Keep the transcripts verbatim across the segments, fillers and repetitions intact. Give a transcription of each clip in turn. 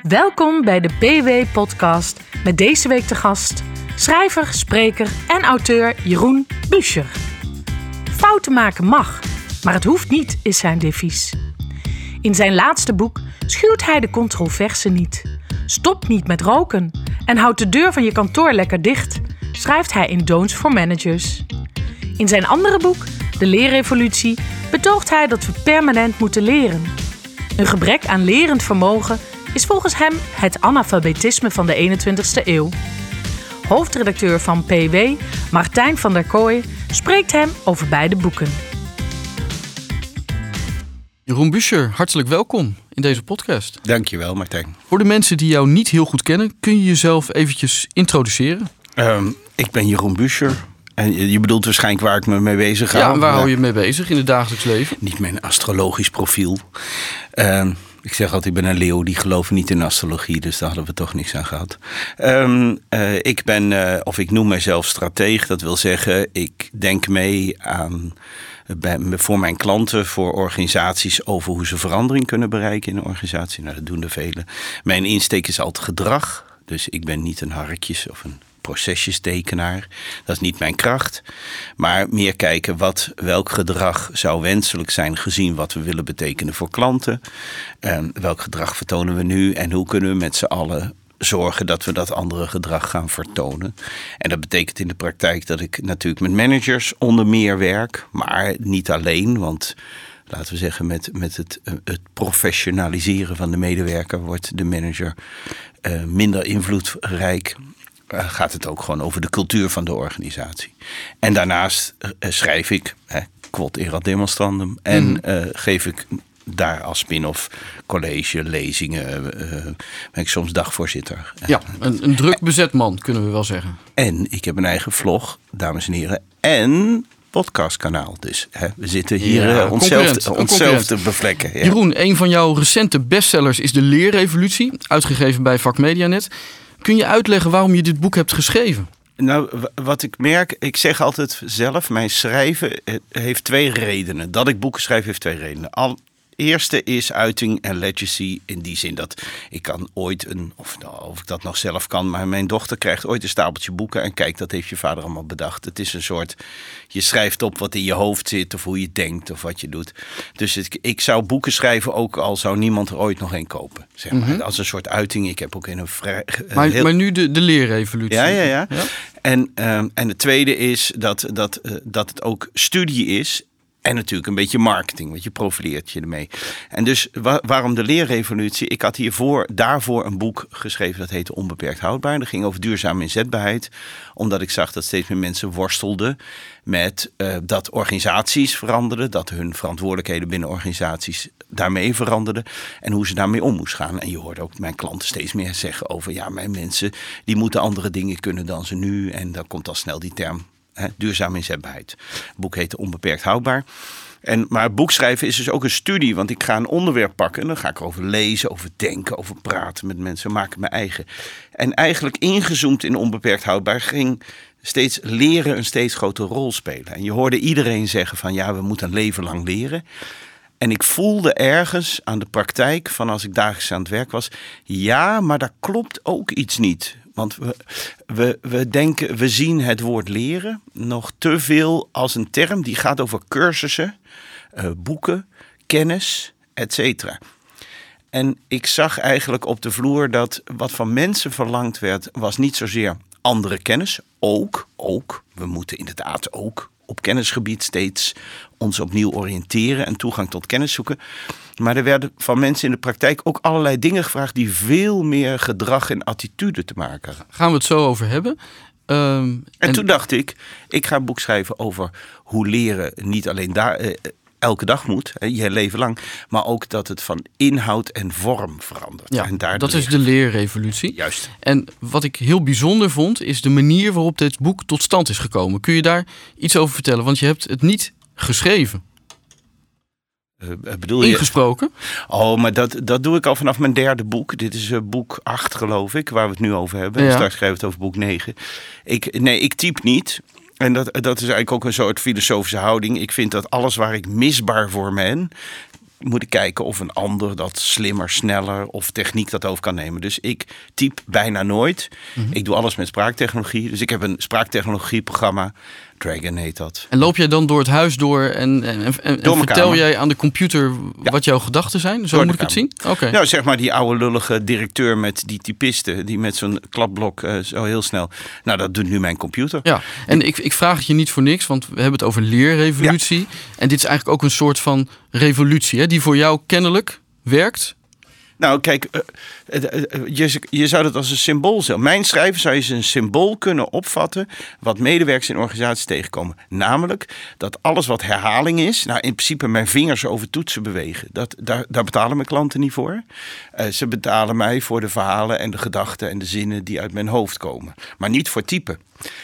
Welkom bij de P W-podcast met deze week te gast schrijver, spreker en auteur Jeroen Buescher. Fouten maken mag, maar het hoeft niet, is zijn devies. In zijn laatste boek schuwt hij de controverse niet. Stop niet met roken en houd de deur van je kantoor lekker dicht, schrijft hij in Don'ts for Managers. In zijn andere boek, De Leerrevolutie, betoogt hij dat we permanent moeten leren. Een gebrek aan lerend vermogen is volgens hem het analfabetisme van de eenentwintigste eeuw. Hoofdredacteur van P W, Martijn van der Kooi, spreekt hem over beide boeken. Jeroen Buescher, hartelijk welkom in deze podcast. Dankjewel, Martijn. Voor de mensen die jou niet heel goed kennen, kun je jezelf eventjes introduceren? Um, ik ben Jeroen Buescher. En je bedoelt waarschijnlijk waar ik me mee bezig hou. Ja, waar hou je mee bezig in het dagelijks leven? Niet mijn astrologisch profiel. Um, ik zeg altijd, ik ben een leeuw, die geloven niet in astrologie. Dus daar hadden we toch niks aan gehad. Um, uh, ik ben, uh, of ik noem mezelf strateeg. Dat wil zeggen, ik denk mee aan... Bij, voor mijn klanten, voor organisaties, over hoe ze verandering kunnen bereiken in een organisatie. Nou, dat doen er velen. Mijn insteek is altijd gedrag. Dus ik ben niet een harkjes of een procesjestekenaar. Dat is niet mijn kracht. Maar meer kijken wat, welk gedrag zou wenselijk zijn gezien wat we willen betekenen voor klanten. En welk gedrag vertonen we nu en hoe kunnen we met z'n allen zorgen dat we dat andere gedrag gaan vertonen. En dat betekent in de praktijk dat ik natuurlijk met managers onder meer werk, maar niet alleen, want laten we zeggen met, met het, het professionaliseren van de medewerker wordt de manager uh, minder invloedrijk. Uh, gaat het ook gewoon over de cultuur van de organisatie. En daarnaast uh, schrijf ik, hè, quod erat demonstrandum, en mm. uh, geef ik daar als spin-off college, lezingen, uh, ben ik soms dagvoorzitter. Ja, een, een druk bezet man, kunnen we wel zeggen. En ik heb een eigen vlog, dames en heren, en podcastkanaal. Dus hè, we zitten hier ja, uh, onszelf, onszelf te bevlekken. Ja. Jeroen, een van jouw recente bestsellers is De Leerrevolutie, uitgegeven bij Vakmedianet. Kun je uitleggen waarom je dit boek hebt geschreven? Nou, wat ik merk, ik zeg altijd zelf, mijn schrijven heeft twee redenen. Dat ik boeken schrijf heeft twee redenen. Al eerste is uiting en legacy in die zin dat ik kan ooit een, of, nou, of ik dat nog zelf kan, maar mijn dochter krijgt ooit een stapeltje boeken en kijk, dat heeft je vader allemaal bedacht. Het is een soort, je schrijft op wat in je hoofd zit of hoe je denkt of wat je doet. Dus het, ik zou boeken schrijven ook al zou niemand er ooit nog een kopen. Zeg maar. Mm-hmm. Als een soort uiting. Ik heb ook in een vrij... Maar, heel... maar nu de, de leerrevolutie. Ja, ja, ja. ja? En, um, en het tweede is dat, dat, uh, dat het ook studie is. En natuurlijk een beetje marketing, want je profileert je ermee. En dus wa- waarom de leerrevolutie? Ik had hiervoor, daarvoor een boek geschreven dat heette Onbeperkt Houdbaar. Dat ging over duurzame inzetbaarheid. Omdat ik zag dat steeds meer mensen worstelden met uh, dat organisaties veranderden. Dat hun verantwoordelijkheden binnen organisaties daarmee veranderden. En hoe ze daarmee om moest gaan. En je hoorde ook mijn klanten steeds meer zeggen over... ja, mijn mensen die moeten andere dingen kunnen dan ze nu. En dan komt al snel die term... He, duurzame inzetbaarheid. Het boek heet Onbeperkt Houdbaar. En, maar het boek schrijven is dus ook een studie. Want ik ga een onderwerp pakken. En dan ga ik over lezen, over denken, over praten met mensen. Maak het mijn eigen. En eigenlijk ingezoomd in Onbeperkt Houdbaar ging steeds leren een steeds grotere rol spelen. En je hoorde iedereen zeggen van ja, we moeten een leven lang leren. En ik voelde ergens aan de praktijk van als ik dagelijks aan het werk was. Ja, maar daar klopt ook iets niet. Want we, we, we denken, we zien het woord leren nog te veel als een term die gaat over cursussen, uh, boeken, kennis, et cetera. En ik zag eigenlijk op de vloer dat wat van mensen verlangd werd, was niet zozeer andere kennis. Ook, ook. We moeten inderdaad ook op kennisgebied steeds ons opnieuw oriënteren en toegang tot kennis zoeken. Maar er werden van mensen in de praktijk ook allerlei dingen gevraagd die veel meer gedrag en attitude te maken hebben. Gaan we het zo over hebben. Um, en, en toen dacht ik, ik ga een boek schrijven over hoe leren niet alleen daar eh, elke dag moet, hè, je leven lang, maar ook dat het van inhoud en vorm verandert. Ja, en daar dat ligt... is de leerrevolutie. Juist. En wat ik heel bijzonder vond, is de manier waarop dit boek tot stand is gekomen. Kun je daar iets over vertellen? Want je hebt het niet geschreven. Uh, bedoel je? Ingesproken? Oh, maar dat, dat doe ik al vanaf mijn derde boek. Dit is uh, boek acht, geloof ik, waar we het nu over hebben. Ja. Straks schrijven we het over boek negen. Ik, nee, ik typ niet. En dat, dat is eigenlijk ook een soort filosofische houding. Ik vind dat alles waar ik misbaar voor ben, moet ik kijken of een ander dat slimmer, sneller of techniek dat over kan nemen. Dus ik typ bijna nooit. Mm-hmm. Ik doe alles met spraaktechnologie. Dus ik heb een spraaktechnologieprogramma. Dragon heet dat. En loop jij dan door het huis door en, en, en, en vertel kamer. jij aan de computer ja. wat jouw gedachten zijn? Zo door moet ik kamer. het zien? Okay. Nou, zeg maar die oude lullige directeur met die typisten, die met zo'n klapblok uh, zo heel snel. Nou, dat doet nu mijn computer. Ja, en ik, ik vraag het je niet voor niks, want we hebben het over leerrevolutie. Ja. En dit is eigenlijk ook een soort van revolutie, hè, die voor jou kennelijk werkt. Nou, kijk, uh, uh, uh, je, je zou dat als een symbool zien. Mijn schrijven zou je als een symbool kunnen opvatten wat medewerkers in organisaties tegenkomen. Namelijk dat alles wat herhaling is, nou in principe mijn vingers over toetsen bewegen. Dat, daar, daar betalen mijn klanten niet voor. Uh, ze betalen mij voor de verhalen en de gedachten en de zinnen die uit mijn hoofd komen. Maar niet voor typen.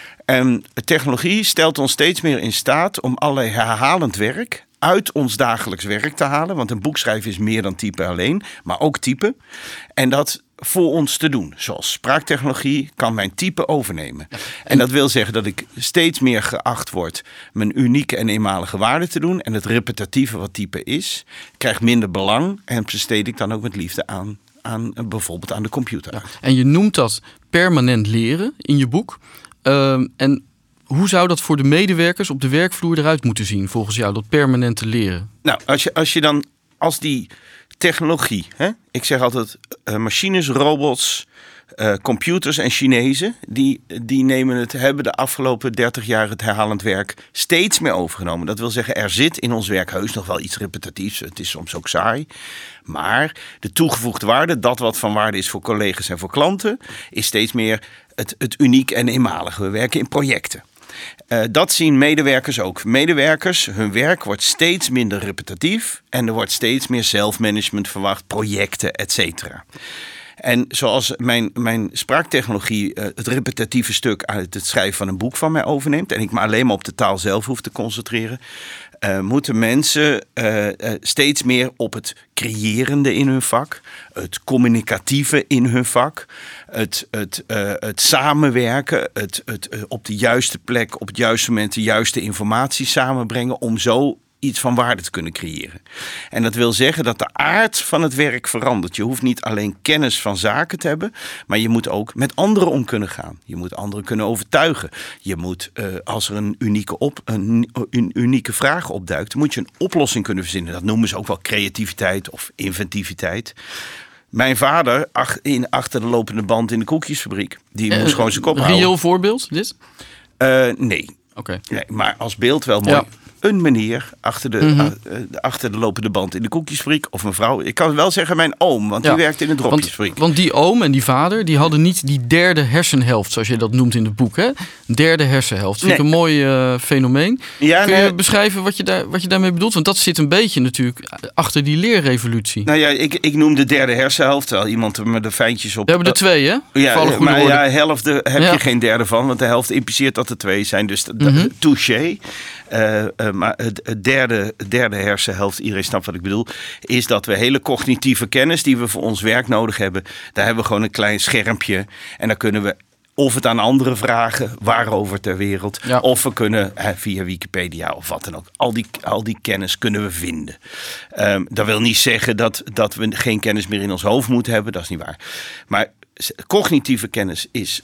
En technologie stelt ons steeds meer in staat om allerlei herhalend werk uit ons dagelijks werk te halen. Want een boek schrijven is meer dan typen alleen, maar ook typen. En dat voor ons te doen. Zoals spraaktechnologie kan mijn type overnemen. Ja. En dat wil zeggen dat ik steeds meer geacht word mijn unieke en eenmalige waarde te doen. En het repetitieve wat type is, krijgt minder belang. En besteed ik dan ook met liefde aan, aan bijvoorbeeld aan de computer. Ja. En je noemt dat permanent leren in je boek. Uh, en hoe zou dat voor de medewerkers op de werkvloer eruit moeten zien, volgens jou, dat permanente leren? Nou, als je, als je dan, als die technologie, hè? Ik zeg altijd uh, machines, robots, uh, computers en Chinezen, die, die nemen het, hebben de afgelopen dertig jaar het herhalend werk steeds meer overgenomen. Dat wil zeggen, er zit in ons werk heus nog wel iets repetitiefs. Het is soms ook saai. Maar de toegevoegde waarde, dat wat van waarde is voor collega's en voor klanten, is steeds meer het, het uniek en eenmalige. We werken in projecten. Uh, dat zien medewerkers ook. Medewerkers, hun werk wordt steeds minder repetitief en er wordt steeds meer zelfmanagement verwacht, projecten, et cetera. En zoals mijn, mijn spraaktechnologie uh, het repetitieve stuk uit het schrijven van een boek van mij overneemt en ik me alleen maar op de taal zelf hoef te concentreren, Uh, moeten mensen uh, uh, steeds meer op het creërende in hun vak, het communicatieve in hun vak, het, het, uh, het samenwerken, het, het uh, op de juiste plek, op het juiste moment de juiste informatie samenbrengen om zo iets van waarde te kunnen creëren. En dat wil zeggen dat de aard van het werk verandert. Je hoeft niet alleen kennis van zaken te hebben, maar je moet ook met anderen om kunnen gaan. Je moet anderen kunnen overtuigen. Je moet, uh, als er een unieke, op, een, een unieke vraag opduikt, moet je een oplossing kunnen verzinnen. Dat noemen ze ook wel creativiteit of inventiviteit. Mijn vader, ach, in, achter de lopende band in de koekjesfabriek, die uh, moest gewoon zijn kop houden. Een reëel voorbeeld, dit? Uh, nee. Okay. nee. Maar als beeld wel mooi. Ja. Een meneer achter de, mm-hmm. uh, achter de lopende band in de koekjesfabriek. Of een vrouw. Ik kan wel zeggen mijn oom, want ja. die werkte in een dropjesfabriek. Want, want die oom en die vader, die hadden niet die derde hersenhelft, zoals je dat noemt in het boek. Hè? Derde hersenhelft. Dat vind ik nee. een mooi uh, fenomeen. Ja, Kun je nee. beschrijven wat je, daar, wat je daarmee bedoelt? Want dat zit een beetje natuurlijk achter die leerrevolutie. Nou ja, ik, ik noem de derde hersenhelft. Terwijl iemand met de fijntjes op... We hebben er twee, hè? Ja, maar ja, helft heb ja. je geen derde van. Want de helft impliceert dat er twee zijn. Dus mm-hmm. touché. Uh, uh, maar het, het derde, derde hersenhelft, iedereen snapt wat ik bedoel, is dat we hele cognitieve kennis die we voor ons werk nodig hebben, daar hebben we gewoon een klein schermpje en dan kunnen we of het aan anderen vragen, waarover ter wereld, ja. of we kunnen uh, via Wikipedia of wat dan ook, al die, al die kennis kunnen we vinden. Um, dat wil niet zeggen dat, dat we geen kennis meer in ons hoofd moeten hebben, dat is niet waar. Maar cognitieve kennis is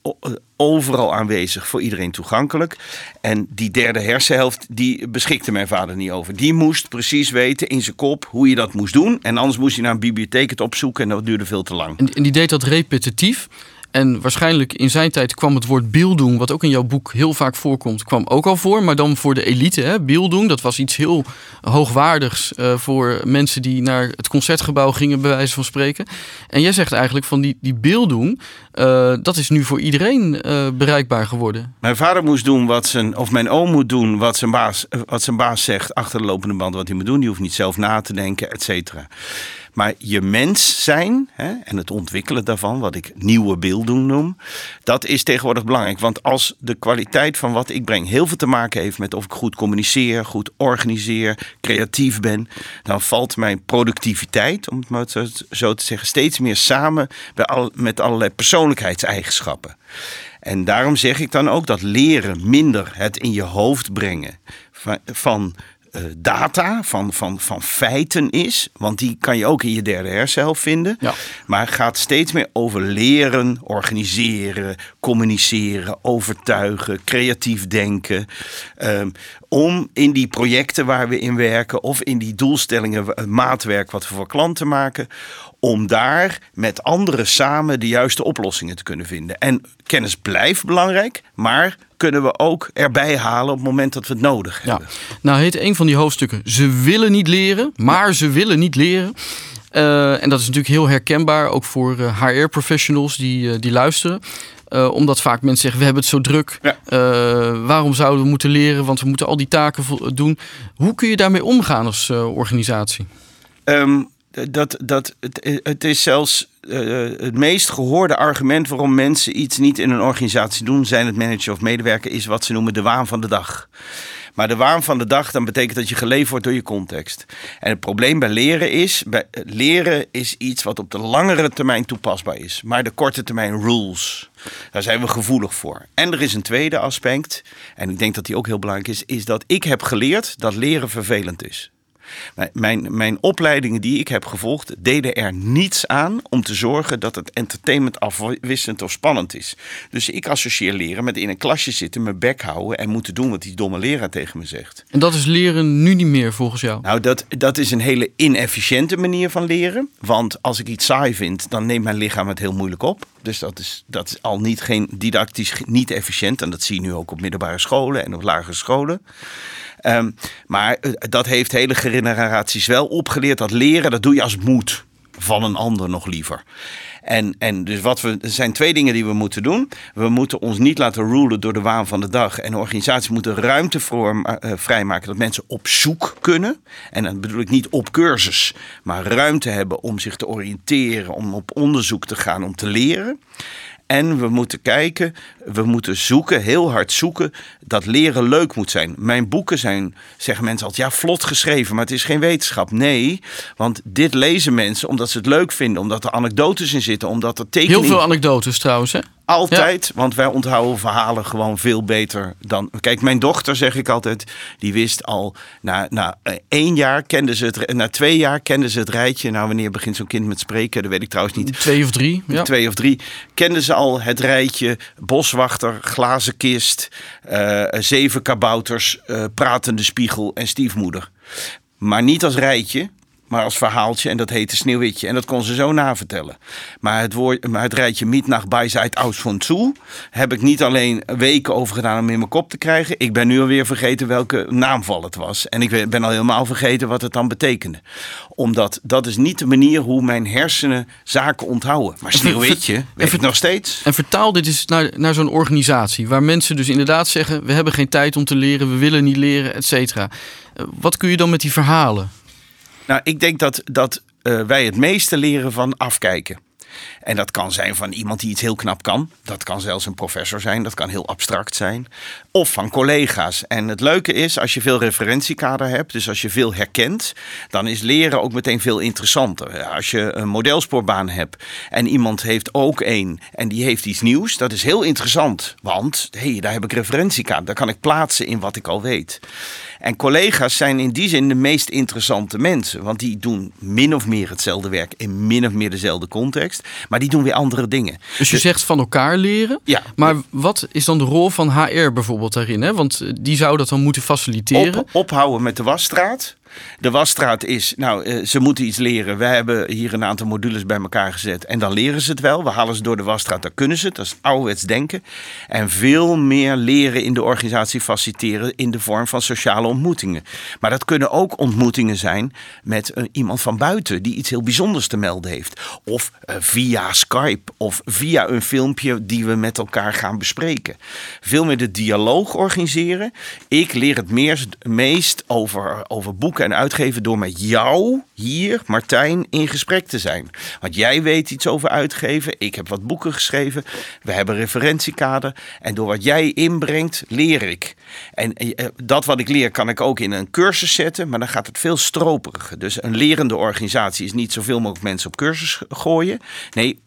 overal aanwezig, voor iedereen toegankelijk. En die derde hersenhelft, die beschikte mijn vader niet over. Die moest precies weten in zijn kop hoe je dat moest doen. En anders moest hij naar een bibliotheek het opzoeken en dat duurde veel te lang. En die deed dat repetitief. En waarschijnlijk in zijn tijd kwam het woord Bildung, wat ook in jouw boek heel vaak voorkomt, kwam ook al voor. Maar dan voor de elite. Hè? Bildung, dat was iets heel hoogwaardigs uh, voor mensen die naar het Concertgebouw gingen, bij wijze van spreken. En jij zegt eigenlijk van die, die Bildung, uh, dat is nu voor iedereen uh, bereikbaar geworden. Mijn vader moest doen wat zijn, of mijn oom moet doen wat zijn baas, wat zijn baas zegt achter de lopende band wat hij moet doen. Die hoeft niet zelf na te denken, et cetera. Maar je mens zijn, hè, en het ontwikkelen daarvan, wat ik nieuwe beelddoen noem, dat is tegenwoordig belangrijk. Want als de kwaliteit van wat ik breng heel veel te maken heeft met of ik goed communiceer, goed organiseer, creatief ben, dan valt mijn productiviteit, om het maar zo te zeggen, steeds meer samen bij al, met allerlei persoonlijkheidseigenschappen. En daarom zeg ik dan ook dat leren minder het in je hoofd brengen van, van uh, data, van, van, van feiten is. Want die kan je ook in je derde hersenhelft vinden. Ja. Maar het gaat steeds meer over leren, organiseren, communiceren, overtuigen, creatief denken. Um, om in die projecten waar we in werken of in die doelstellingen, maatwerk wat we voor klanten maken, om daar met anderen samen de juiste oplossingen te kunnen vinden. En kennis blijft belangrijk, maar kunnen we ook erbij halen op het moment dat we het nodig hebben. Ja. Nou heet een van die hoofdstukken, ze willen niet leren, maar ze willen niet leren. Uh, en dat is natuurlijk heel herkenbaar, ook voor uh, H R-professionals die, uh, die luisteren. Uh, omdat vaak mensen zeggen, we hebben het zo druk. Ja. Uh, waarom zouden we moeten leren? Want we moeten al die taken doen. Hoe kun je daarmee omgaan als uh, organisatie? Um, dat, dat, het, het is zelfs uh, het meest gehoorde argument waarom mensen iets niet in een organisatie doen, zijn het manager of medewerker, is wat ze noemen de waan van de dag. Maar de waan van de dag, dan betekent dat je geleefd wordt door je context. En het probleem bij leren is, bij, leren is iets wat op de langere termijn toepasbaar is. Maar de korte termijn rules, daar zijn we gevoelig voor. En er is een tweede aspect, en ik denk dat die ook heel belangrijk is, is dat ik heb geleerd dat leren vervelend is. Mijn, mijn opleidingen die ik heb gevolgd deden er niets aan om te zorgen dat het entertainment afwisselend of spannend is. Dus ik associeer leren met in een klasje zitten, mijn bek houden en moeten doen wat die domme leraar tegen me zegt. En dat is leren nu niet meer volgens jou? Nou, dat, dat is een hele inefficiënte manier van leren. Want als ik iets saai vind, dan neemt mijn lichaam het heel moeilijk op. Dus dat is, dat is al niet geen didactisch niet efficiënt. En dat zie je nu ook op middelbare scholen en op lagere scholen. Um, maar dat heeft hele generaties wel opgeleerd. Dat leren, dat doe je als moed van een ander nog liever. En, en dus wat we, er zijn twee dingen die we moeten doen. We moeten ons niet laten rulen door de waan van de dag. En organisaties moeten ruimte voor, uh, vrijmaken dat mensen op zoek kunnen. En dan bedoel ik niet op cursus, maar ruimte hebben om zich te oriënteren, om op onderzoek te gaan, om te leren. En we moeten kijken, we moeten zoeken, heel hard zoeken, dat leren leuk moet zijn. Mijn boeken zijn, zeggen mensen altijd, ja, vlot geschreven, maar het is geen wetenschap. Nee, want dit lezen mensen omdat ze het leuk vinden, omdat er anekdotes in zitten, omdat er tekeningen... Heel veel anekdotes trouwens, hè? Altijd, ja. Want wij onthouden verhalen gewoon veel beter dan... Kijk, mijn dochter, zeg ik altijd, die wist al... Na, na één jaar kende ze het... Na twee jaar kende ze het rijtje. Nou, wanneer begint zo'n kind met spreken? Dat weet ik trouwens niet. Twee of drie. Ja. Twee of drie. Kende ze al het rijtje boswachter, glazen kist... Uh, zeven kabouters, uh, pratende spiegel en stiefmoeder. Maar niet als rijtje... maar als verhaaltje en dat heette Sneeuwwitje. En dat kon ze zo navertellen. Maar het, woord, maar het rijtje Mietnacht bij Zeit aus von Zu heb ik niet alleen weken over gedaan om in mijn kop te krijgen. Ik ben nu alweer vergeten welke naamval het was. En ik ben al helemaal vergeten wat het dan betekende. Omdat dat is niet de manier hoe mijn hersenen zaken onthouden. Maar Sneeuwwitje weet ik nog steeds. En vertaal dit eens naar, naar zo'n organisatie. Waar mensen dus inderdaad zeggen, we hebben geen tijd om te leren. We willen niet leren, et cetera. Wat kun je dan met die verhalen? Nou, ik denk dat, dat uh, wij het meeste leren van afkijken. En dat kan zijn van iemand die iets heel knap kan. Dat kan zelfs een professor zijn. Dat kan heel abstract zijn. Of van collega's. En het leuke is, als je veel referentiekader hebt, dus als je veel herkent, dan is leren ook meteen veel interessanter. Als je een modelspoorbaan hebt en iemand heeft ook één en die heeft iets nieuws, dat is heel interessant. Want, hé, hey, daar heb ik referentiekader. Daar kan ik plaatsen in wat ik al weet. En collega's zijn in die zin de meest interessante mensen. Want die doen min of meer hetzelfde werk in min of meer dezelfde context. Maar die doen weer andere dingen. Dus je zegt van elkaar leren. Ja. Maar wat is dan de rol van H R bijvoorbeeld daarin? Hè? Want die zou dat dan moeten faciliteren. Op, ophouden met de wasstraat. De wasstraat is, nou, ze moeten iets leren. We hebben hier een aantal modules bij elkaar gezet. En dan leren ze het wel. We halen ze door de wasstraat, dan kunnen ze het. Dat is ouderwets denken. En veel meer leren in de organisatie faciliteren in de vorm van sociale ontmoetingen. Maar dat kunnen ook ontmoetingen zijn met uh, iemand van buiten die iets heel bijzonders te melden heeft. Of uh, via Skype of via een filmpje die we met elkaar gaan bespreken. Veel meer de dialoog organiseren. Ik leer het meest, meest over, over boeken en uitgeven door met jou hier, Martijn, in gesprek te zijn. Want jij weet iets over uitgeven. Ik heb wat boeken geschreven. We hebben een referentiekader. En door wat jij inbrengt, leer ik. En dat wat ik leer kan ik ook in een cursus zetten. Maar dan gaat het veel stroperiger. Dus een lerende organisatie is niet zoveel mogelijk mensen op cursus gooien. Nee,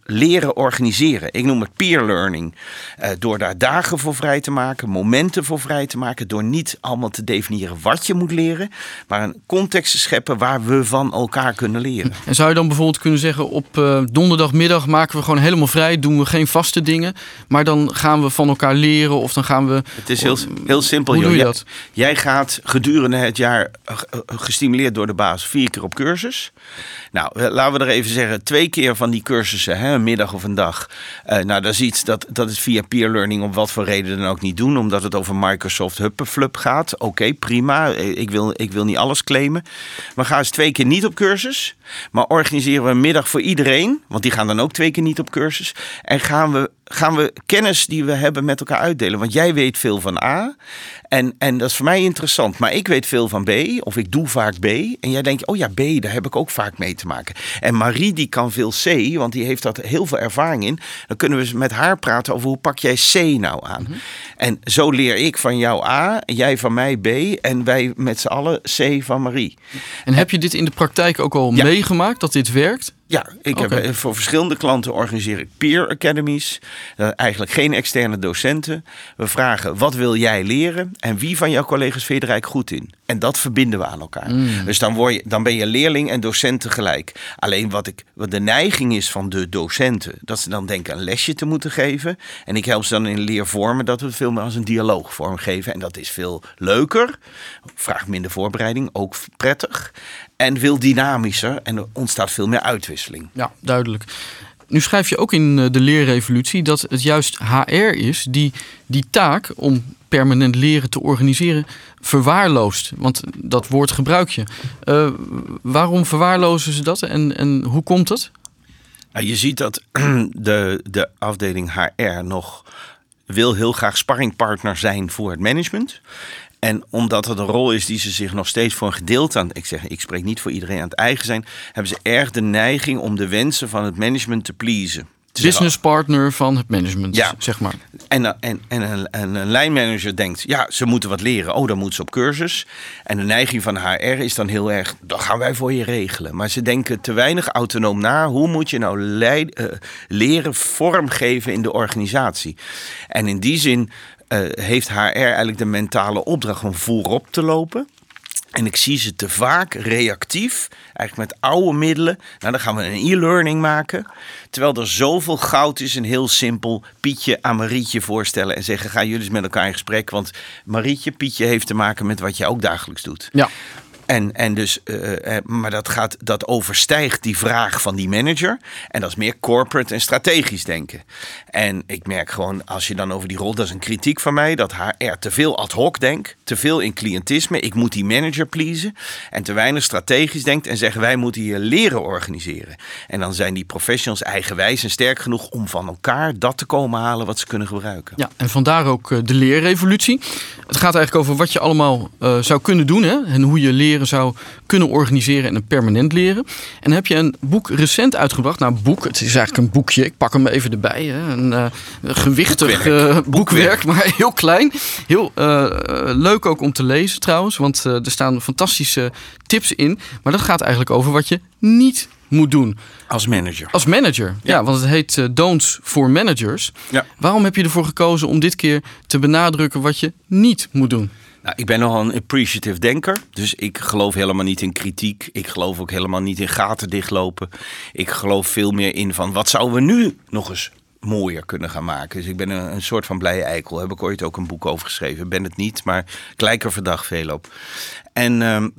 leren organiseren. Ik noem het peer learning. Uh, door daar dagen voor vrij te maken, momenten voor vrij te maken, door niet allemaal te definiëren wat je moet leren, maar een context te scheppen waar we van elkaar kunnen leren. En zou je dan bijvoorbeeld kunnen zeggen, op uh, donderdagmiddag maken we gewoon helemaal vrij, doen we geen vaste dingen, maar dan gaan we van elkaar leren of dan gaan we... Het is heel, heel simpel. Hoe joh. doe je dat? Jij gaat gedurende het jaar gestimuleerd door de baas vier keer op cursus. Nou, laten we er even zeggen, twee keer van die cursussen, hè, een middag of een dag. Uh, nou, dat is iets dat, dat is via peer learning om wat voor reden dan ook niet doen. Omdat het over Microsoft Huppeflup gaat. Oké, okay, prima. Ik wil, ik wil niet alles claimen. Maar ga eens twee keer niet op cursus. Maar organiseren we een middag voor iedereen. Want die gaan dan ook twee keer niet op cursus. En gaan we, gaan we kennis die we hebben met elkaar uitdelen. Want jij weet veel van A. En, en dat is voor mij interessant. Maar ik weet veel van B. Of ik doe vaak B. En jij denkt, oh ja, B, daar heb ik ook vaak mee te maken. En Marie die kan veel C. Want die heeft daar heel veel ervaring in. Dan kunnen we met haar praten over hoe pak jij C nou aan. Mm-hmm. En zo leer ik van jou A. Jij van mij B. En wij met z'n allen C van Marie. En heb je dit in de praktijk ook al ja. meegemaakt dat dit werkt? Ja, ik okay. heb voor verschillende klanten organiseer ik peer academies. Uh, eigenlijk geen externe docenten. We vragen, wat wil jij leren? En wie van jouw collega's vind je er eigenlijk goed in? En dat verbinden we aan elkaar. Mm. Dus dan, word je, dan ben je leerling en docent tegelijk. Alleen wat, ik, wat de neiging is van de docenten, dat ze dan denken een lesje te moeten geven. En ik help ze dan in leervormen dat we het veel meer als een dialoog vormgeven. En dat is veel leuker. Vraagt minder voorbereiding, ook prettig. En veel dynamischer en er ontstaat veel meer uitwisseling. Ja, duidelijk. Nu schrijf je ook in de leerrevolutie dat het juist H R is die die taak om permanent leren te organiseren verwaarloost. Want dat woord gebruik je. Uh, waarom verwaarlozen ze dat en, en hoe komt dat? Nou, je ziet dat de, de afdeling H R nog wil heel graag sparringpartner zijn voor het management. En omdat het een rol is die ze zich nog steeds voor een gedeelte aan... Ik zeg, ik spreek niet voor iedereen aan het eigen zijn... hebben ze erg de neiging om de wensen van het management te pleasen. Te Business zeggen, partner van het management, ja. zeg maar. En, en, en een, een, een lijnmanager denkt, ja, ze moeten wat leren. Oh, dan moeten ze op cursus. En de neiging van H R is dan heel erg, dat gaan wij voor je regelen. Maar ze denken te weinig autonoom na. Hoe moet je nou leid, uh, leren vormgeven in de organisatie? En in die zin... Uh, heeft H R eigenlijk de mentale opdracht om voorop te lopen. En ik zie ze te vaak reactief, eigenlijk met oude middelen. Nou, dan gaan we een e-learning maken. Terwijl er zoveel goud is, een heel simpel Pietje aan Marietje voorstellen. En zeggen, gaan jullie eens met elkaar in gesprek. Want Marietje, Pietje heeft te maken met wat jij ook dagelijks doet. Ja. En, en dus, uh, maar dat, gaat, dat overstijgt die vraag van die manager. En dat is meer corporate en strategisch denken. En ik merk gewoon, als je dan over die rol... dat is een kritiek van mij, dat H R te veel ad hoc denkt. Te veel in cliëntisme. Ik moet die manager pleasen. En te weinig strategisch denkt en zegt... wij moeten hier leren organiseren. En dan zijn die professionals eigenwijs en sterk genoeg... om van elkaar dat te komen halen wat ze kunnen gebruiken. Ja, en vandaar ook de leerrevolutie. Het gaat eigenlijk over wat je allemaal uh, zou kunnen doen. Hè? En hoe je leren zou kunnen organiseren en een permanent leren. En dan heb je een boek recent uitgebracht. Nou, boek, het is eigenlijk een boekje. Ik pak hem even erbij. Hè. Een uh, gewichtig boekwerk. Uh, boekwerk, boekwerk, maar heel klein. Heel uh, leuk ook om te lezen trouwens. Want uh, er staan fantastische tips in. Maar dat gaat eigenlijk over wat je niet moet doen. Als manager. Als manager, ja. ja want het heet uh, Don'ts for Managers. Ja. Waarom heb je ervoor gekozen om dit keer te benadrukken wat je niet moet doen? Nou, ik ben nogal een appreciative denker. Dus ik geloof helemaal niet in kritiek. Ik geloof ook helemaal niet in gaten dichtlopen. Ik geloof veel meer in van wat zouden we nu nog eens mooier kunnen gaan maken. Dus ik ben een, een soort van blije eikel. Daar heb ik ooit ook een boek over geschreven. Ik ben het niet, maar ik lijk er verdacht veel op. En... Um,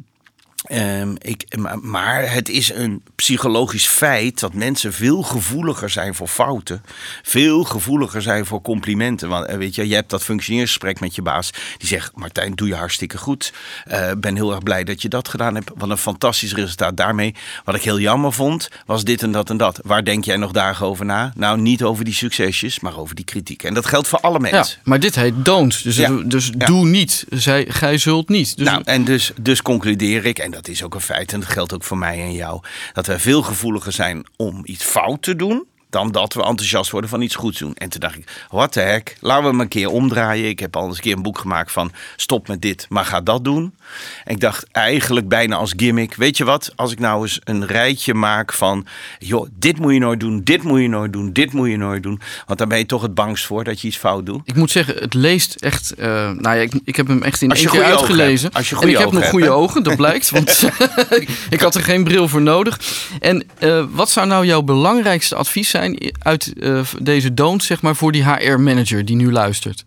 Um, ik, maar het is een psychologisch feit dat mensen veel gevoeliger zijn voor fouten. Veel gevoeliger zijn voor complimenten. Want weet je, je hebt dat functioneringsgesprek met je baas. Die zegt, Martijn, doe je hartstikke goed. Ik uh, ben heel erg blij dat je dat gedaan hebt. Wat een fantastisch resultaat daarmee. Wat ik heel jammer vond, was dit en dat en dat. Waar denk jij nog dagen over na? Nou, niet over die succesjes, maar over die kritiek. En dat geldt voor alle mensen. Ja, maar dit heet don't. Dus, ja. dus ja. doe niet. Zij, gij zult niet. Dus nou, en dus, dus concludeer ik... En dat is ook een feit en dat geldt ook voor mij en jou. Dat wij veel gevoeliger zijn om iets fout te doen. dan dat we enthousiast worden van iets goeds doen. En toen dacht ik, what the heck, laten we hem een keer omdraaien. Ik heb al eens een keer een boek gemaakt van stop met dit, maar ga dat doen. En ik dacht eigenlijk bijna als gimmick, weet je wat, als ik nou eens een rijtje maak van, joh, dit moet je nooit doen, dit moet je nooit doen, dit moet je nooit doen. Want dan ben je toch het bangst voor dat je iets fout doet. Ik moet zeggen, het leest echt, uh, nou ja, ik, ik heb hem echt in als je één keer uitgelezen. Hebt, als je en ik heb nog goede hebt, ogen, dat blijkt, want ik had er geen bril voor nodig. En uh, wat zou nou jouw belangrijkste advies zijn uit uh, deze don't, zeg maar, voor die H R-manager die nu luistert?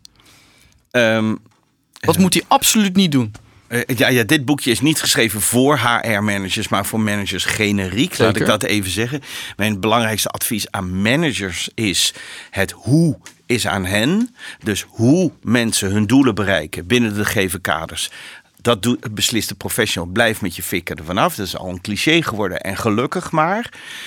Um, wat moet hij absoluut niet doen? Uh, ja, ja, dit boekje is niet geschreven voor H R-managers, maar voor managers generiek. Zeker. Laat ik dat even zeggen. Mijn belangrijkste advies aan managers is het hoe is aan hen. Dus hoe mensen hun doelen bereiken binnen de gegeven kaders. Dat doet, beslist de professional. Blijf met je fikken ervan af. Dat is al een cliché geworden en gelukkig maar.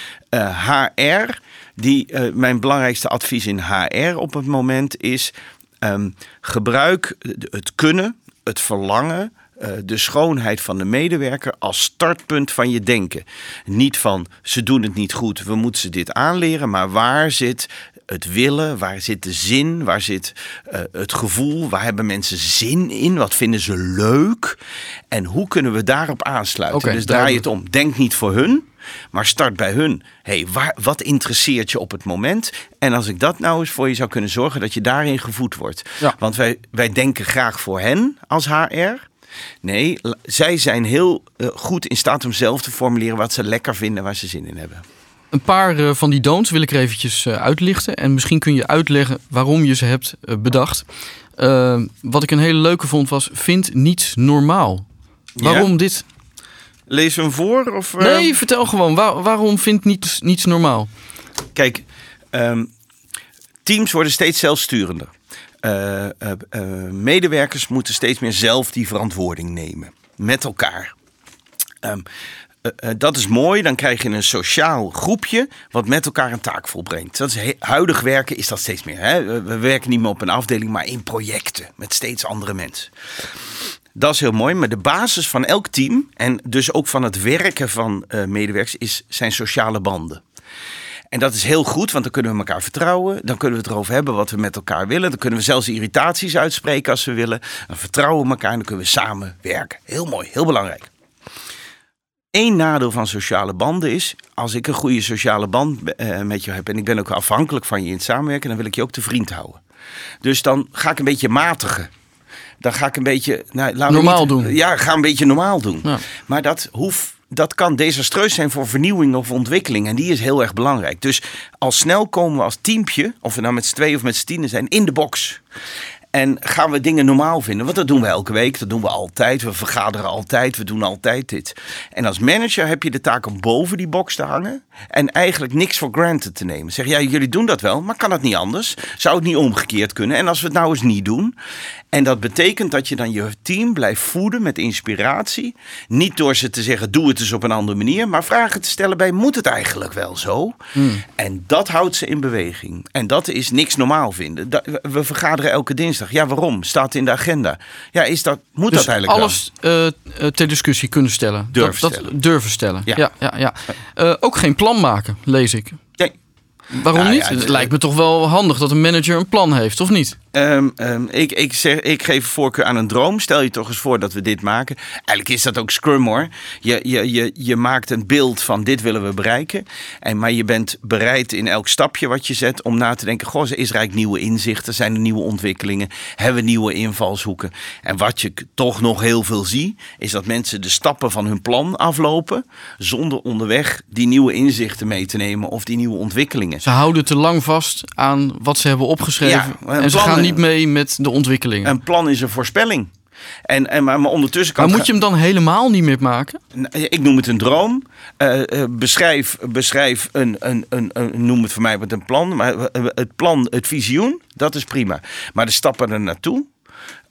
Uh, H R, die, uh, mijn belangrijkste advies in H R op het moment is um, gebruik het kunnen, het verlangen, uh, de schoonheid van de medewerker als startpunt van je denken. Niet van ze doen het niet goed, we moeten ze dit aanleren, maar waar zit het willen, waar zit de zin, waar zit uh, het gevoel, waar hebben mensen zin in, wat vinden ze leuk en hoe kunnen we daarop aansluiten. Okay, dus draai je het om. Denk niet voor hun, maar start bij hun. Hey, waar, wat interesseert je op het moment? En als ik dat nou eens voor je zou kunnen zorgen, dat je daarin gevoed wordt. Ja. Want wij, wij denken graag voor hen als H R. Nee, zij zijn heel uh, goed in staat om zelf te formuleren wat ze lekker vinden, waar ze zin in hebben. Een paar uh, van die don'ts wil ik er eventjes uh, uitlichten. En misschien kun je uitleggen waarom je ze hebt uh, bedacht. Uh, wat ik een hele leuke vond was, vind niets normaal. Waarom ja? dit? Lees hem voor? Of, uh... Nee, vertel gewoon. Waar, waarom vindt niets, niets normaal? Kijk, um, teams worden steeds zelfsturender. Uh, uh, uh, medewerkers moeten steeds meer zelf die verantwoording nemen. Met elkaar. Um, uh, uh, dat is mooi. Dan krijg je een sociaal groepje wat met elkaar een taak volbrengt. Dat is he- huidig werken is dat steeds meer. Hè? We werken niet meer op een afdeling, maar in projecten. Met steeds andere mensen. Dat is heel mooi, maar de basis van elk team en dus ook van het werken van uh, medewerkers is, zijn sociale banden. En dat is heel goed, want dan kunnen we elkaar vertrouwen. Dan kunnen we het erover hebben wat we met elkaar willen. Dan kunnen we zelfs irritaties uitspreken als we willen. Dan vertrouwen we elkaar en dan kunnen we samen werken. Heel mooi, heel belangrijk. Eén nadeel van sociale banden is, als ik een goede sociale band uh, met je heb en ik ben ook afhankelijk van je in het samenwerken, dan wil ik je ook te vriend houden. Dus dan ga ik een beetje matigen. Dan ga ik een beetje nou, normaal niet, doen. Ja, ga een beetje normaal doen. Ja. Maar dat hoeft. Dat kan desastreus zijn voor vernieuwing of ontwikkeling. En die is heel erg belangrijk. Dus al snel komen we als teampje, of we nou met z'n twee of met z'n tienen zijn, in de box. En gaan we dingen normaal vinden. Want dat doen we elke week. Dat doen we altijd. We vergaderen altijd. We doen altijd dit. En als manager heb je de taak om boven die box te hangen. En eigenlijk niks voor granted te nemen. Zeg, ja, jullie doen dat wel. Maar kan dat niet anders? Zou het niet omgekeerd kunnen? En als we het nou eens niet doen. En dat betekent dat je dan je team blijft voeden met inspiratie. Niet door ze te zeggen, doe het eens op een andere manier. Maar vragen te stellen bij, moet het eigenlijk wel zo? Hmm. En dat houdt ze in beweging. En dat is niks normaal vinden. We vergaderen elke dinsdag. Ja, waarom? Staat in de agenda. Ja, is dat, moet dus dat eigenlijk alles uh, ter discussie kunnen stellen. Durven dat, stellen. Dat durven stellen. Ja. Ja, ja, ja. Ja. Uh, ook geen plan maken, lees ik. Nee. Waarom nou, niet? Ja, het lijkt me toch wel handig dat een manager een plan heeft, of niet? Um, um, ik, ik, zeg, ik geef voorkeur aan een droom. Stel je toch eens voor dat we dit maken. Eigenlijk is dat ook Scrum hoor. Je, je, je, je maakt een beeld van dit willen we bereiken. En, maar je bent bereid in elk stapje wat je zet om na te denken. Goh, is er eigenlijk nieuwe inzichten? Zijn er nieuwe ontwikkelingen? Hebben we nieuwe invalshoeken? En wat je toch nog heel veel ziet, is dat mensen de stappen van hun plan aflopen. Zonder onderweg die nieuwe inzichten mee te nemen of die nieuwe ontwikkelingen. Ze houden te lang vast aan wat ze hebben opgeschreven. Ja, en ze gaan niet mee met de ontwikkelingen. Een plan is een voorspelling. En, en, maar, maar ondertussen kan maar moet je hem dan helemaal niet meer maken? Ik noem het een droom. Uh, uh, beschrijf beschrijf een, een, een, een, noem het voor mij wat een plan. Maar het plan, het visioen, dat is prima. Maar de stappen er naartoe.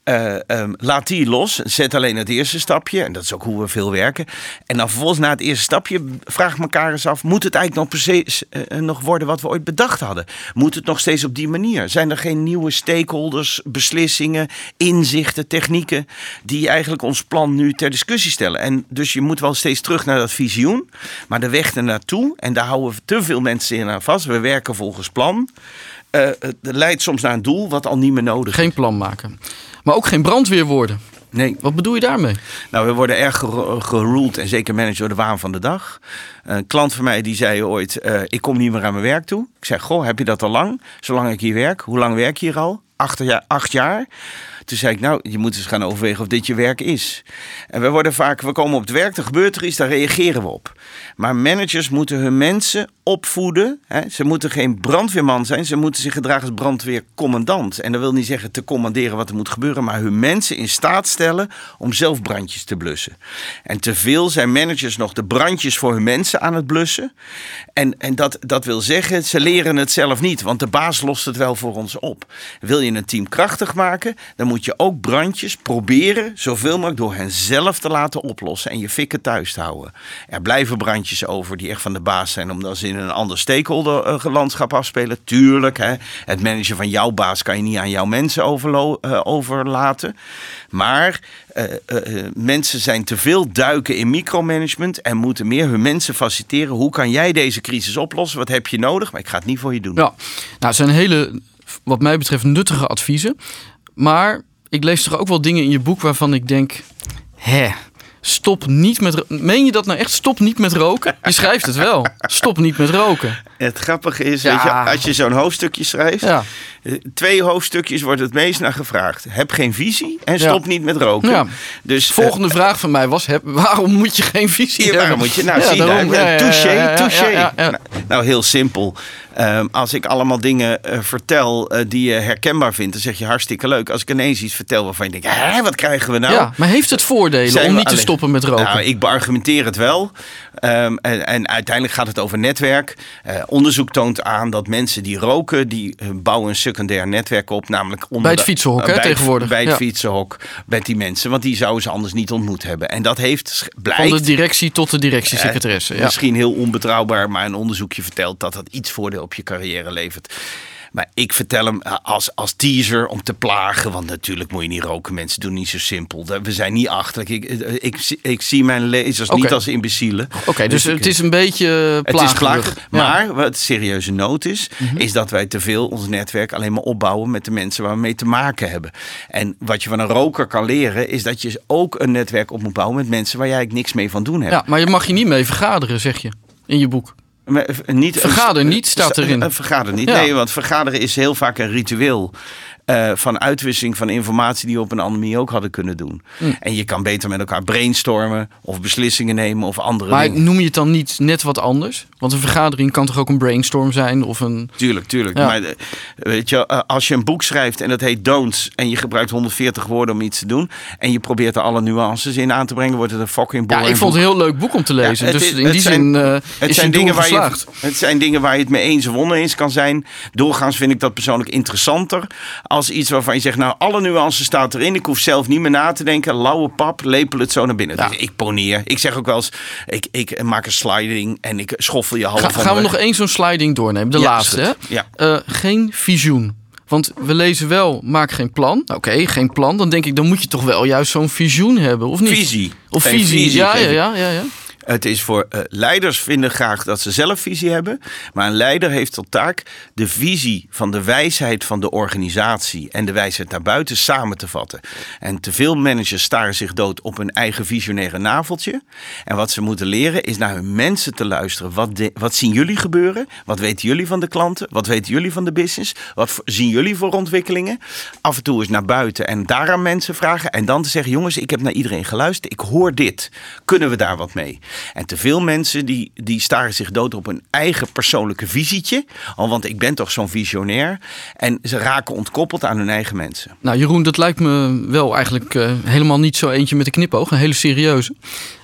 Uh, um, laat die los. Zet alleen het eerste stapje. En dat is ook hoe we veel werken. En dan vervolgens na het eerste stapje vraag elkaar eens af. Moet het eigenlijk nog precies uh, nog worden wat we ooit bedacht hadden? Moet het nog steeds op die manier? Zijn er geen nieuwe stakeholders, beslissingen, inzichten, technieken die eigenlijk ons plan nu ter discussie stellen? En dus je moet wel steeds terug naar dat visioen. Maar de weg ernaartoe, en daar houden we te veel mensen in aan vast. We werken volgens plan. Uh, het leidt soms naar een doel wat al niet meer nodig is. Geen plan maken. Maar ook geen brandweer worden. Nee. Wat bedoel je daarmee? Nou, we worden erg geruled en zeker managed door de waan van de dag. Een klant van mij die zei ooit, uh, ik kom niet meer aan mijn werk toe. Ik zeg, goh, heb je dat al lang? Zolang ik hier werk. Hoe lang werk je hier al? Acht jaar. Acht jaar. Toen zei ik, nou, je moet eens gaan overwegen of dit je werk is. En we worden vaak, we komen op het werk, er gebeurt er iets, daar reageren we op. Maar managers moeten hun mensen opvoeden. Hè. Ze moeten geen brandweerman zijn, ze moeten zich gedragen als brandweercommandant. En dat wil niet zeggen te commanderen wat er moet gebeuren, maar hun mensen in staat stellen om zelf brandjes te blussen. En te veel zijn managers nog de brandjes voor hun mensen aan het blussen. En, en dat, dat wil zeggen, ze leren het zelf niet, want de baas lost het wel voor ons op. Wil je een team krachtig maken, dan moet je ook brandjes proberen zoveel mogelijk door hen zelf te laten oplossen en je fikken thuis te houden. Er blijven brandjes over die echt van de baas zijn, omdat ze in een ander stakeholderlandschap afspelen. Tuurlijk, hè, het managen van jouw baas kan je niet aan jouw mensen overlo- uh, overlaten. Maar uh, uh, mensen zijn te veel duiken in micromanagement en moeten meer hun mensen faciliteren. Hoe kan jij deze crisis oplossen? Wat heb je nodig? Maar ik ga het niet voor je doen. Ja, nou, het zijn hele, wat mij betreft, nuttige adviezen. Maar ik lees toch ook wel dingen in je boek waarvan ik denk, hè, stop niet met roken. Meen je dat nou echt? Stop niet met roken? Je schrijft het wel. Stop niet met roken. Het grappige is, Ja. weet je, als je zo'n hoofdstukje schrijft, Ja. twee hoofdstukjes wordt het meest naar gevraagd. Heb geen visie en stop Ja. niet met roken. Ja. Dus Volgende uh, vraag van mij was, heb, waarom moet je geen visie hier, hebben? waarom moet je? Nou, Ja, zie je daarom. daar. Ja, ja, Touché, ja, ja, ja, touché. ja, ja. Nou, nou, heel simpel. Um, als ik allemaal dingen uh, vertel uh, die je herkenbaar vindt, dan zeg je hartstikke leuk. Als ik ineens iets vertel waarvan je denkt, hè, wat krijgen we nou? Ja, maar heeft het voordelen Zijn om we niet te alleen- stoppen met roken? Nou, ik beargumenteer het wel. Um, en, en uiteindelijk gaat het over netwerk. Uh, onderzoek toont aan dat mensen die roken, die uh, bouwen een secundair netwerk op. Namelijk onder Bij het de- fietsenhok, uh, hè, bij het- tegenwoordig. Bij het Ja. fietsenhok, met die mensen. Want die zouden ze anders niet ontmoet hebben. En dat heeft, blijkt... Van de directie tot de directiesecretaresse. Eh, Ja. Misschien heel onbetrouwbaar, maar een onderzoekje vertelt dat dat iets voordeel op je carrière levert. Maar ik vertel hem als, als teaser om te plagen. Want natuurlijk moet je niet roken. Mensen doen niet zo simpel. We zijn niet achterlijk. Ik, ik, ik, ik zie mijn lezers Oké. niet als imbecielen. Oké, okay, dus, Dus ik- het is een beetje Het is plagerig. plagerig. Ja. Maar wat de serieuze noot is, Mhm. is dat wij te veel ons netwerk alleen maar opbouwen met de mensen waar we mee te maken hebben. En wat je van een roker kan leren, is dat je ook een netwerk op moet bouwen met mensen waar jij eigenlijk niks mee van doen hebt. Ja, maar je mag je niet mee vergaderen, zeg je, in je boek. Maar niet, Vergader niet, staat erin. Een vergader niet. Ja. Nee, want vergaderen is heel vaak een ritueel. Uh, van uitwisseling van informatie die we op een andere manier ook hadden kunnen doen. Mm. En je kan beter met elkaar brainstormen of beslissingen nemen of andere Maar dingen. noem je het dan niet net wat anders? Want een vergadering kan toch ook een brainstorm zijn of een... Tuurlijk, tuurlijk. Ja. Maar uh, weet je, uh, als je een boek schrijft en dat heet Don'ts en je gebruikt honderdveertig woorden om iets te doen en je probeert er alle nuances in aan te brengen, wordt het een fucking Ja, boring ik vond het boek. een heel leuk boek om te lezen. Ja, het dus is- in het die zijn- zin uh, Het is zijn, je doel dingen waar je, geslaagd. het zijn dingen waar je het mee eens of oneens kan zijn. Doorgaans vind ik dat persoonlijk interessanter als iets waarvan je zegt, nou, alle nuances staat erin. Ik hoef zelf niet meer na te denken. Lauwe pap, lepel het zo naar binnen. Ja. Dus ik poneer. Ik zeg ook wel eens, ik, ik maak een sliding en ik schoffel je half Ga, van gaan we de- nog één zo'n sliding doornemen? De Ja, laatste, is hè? goed. Ja. Uh, geen visioen. Want we lezen wel, maak geen plan. Oké, okay, geen plan. Dan denk ik, dan moet je toch wel juist zo'n visioen hebben, of niet? Visie. Of Geen visie, visie ja, geef ja, ik. ja, ja, ja. Het is voor uh, leiders vinden graag dat ze zelf visie hebben. Maar een leider heeft tot taak de visie van de wijsheid van de organisatie en de wijsheid naar buiten samen te vatten. En te veel managers staren zich dood op hun eigen visionaire naveltje. En wat ze moeten leren is naar hun mensen te luisteren. Wat, de, wat zien jullie gebeuren? Wat weten jullie van de klanten? Wat weten jullie van de business? Wat voor, zien jullie voor ontwikkelingen? Af en toe eens naar buiten en daar aan mensen vragen. En dan te zeggen, jongens, ik heb naar iedereen geluisterd. Ik hoor dit. Kunnen we daar wat mee? En te veel mensen die, die staren zich dood op hun eigen persoonlijke visietje. Al, want ik ben toch zo'n visionair. En ze raken ontkoppeld aan hun eigen mensen. Nou, Jeroen, dat lijkt me wel eigenlijk uh, helemaal niet zo eentje met een knipoog. Een hele serieuze.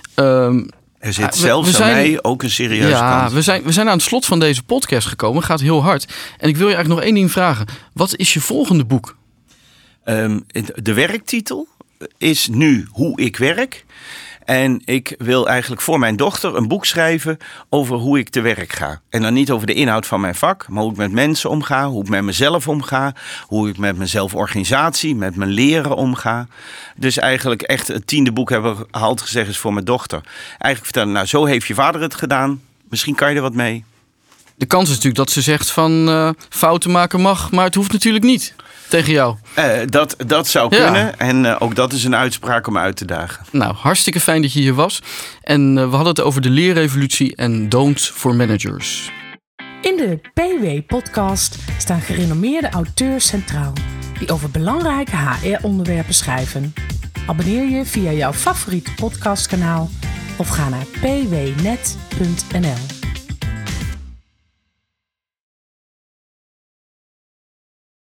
Um, Er zit we, zelfs we zijn, aan mij ook een serieuze ja, kant. we zijn, we zijn aan het slot van deze podcast gekomen. Gaat heel hard. En ik wil je eigenlijk nog één ding vragen. Wat is je volgende boek? Um, de werktitel is nu Hoe ik werk. En ik wil eigenlijk voor mijn dochter een boek schrijven over hoe ik te werk ga. En dan niet over de inhoud van mijn vak, maar hoe ik met mensen omga, hoe ik met mezelf omga, hoe ik met mijn zelforganisatie, met mijn leren omga. Dus eigenlijk echt het tiende boek hebben we gehaald gezegd is voor mijn dochter. Eigenlijk vertellen, nou zo heeft je vader het gedaan, misschien kan je er wat mee. De kans is natuurlijk dat ze zegt van uh, fouten maken mag, maar het hoeft natuurlijk niet. Tegen jou. Uh, dat, dat zou ja. kunnen. En uh, ook dat is een uitspraak om uit te dagen. Nou, hartstikke fijn dat je hier was. En uh, we hadden het over de leerrevolutie en don'ts voor managers. In de P W-podcast staan gerenommeerde auteurs centraal die over belangrijke H R-onderwerpen schrijven. Abonneer je via jouw favoriete podcastkanaal of ga naar p w net punt n l.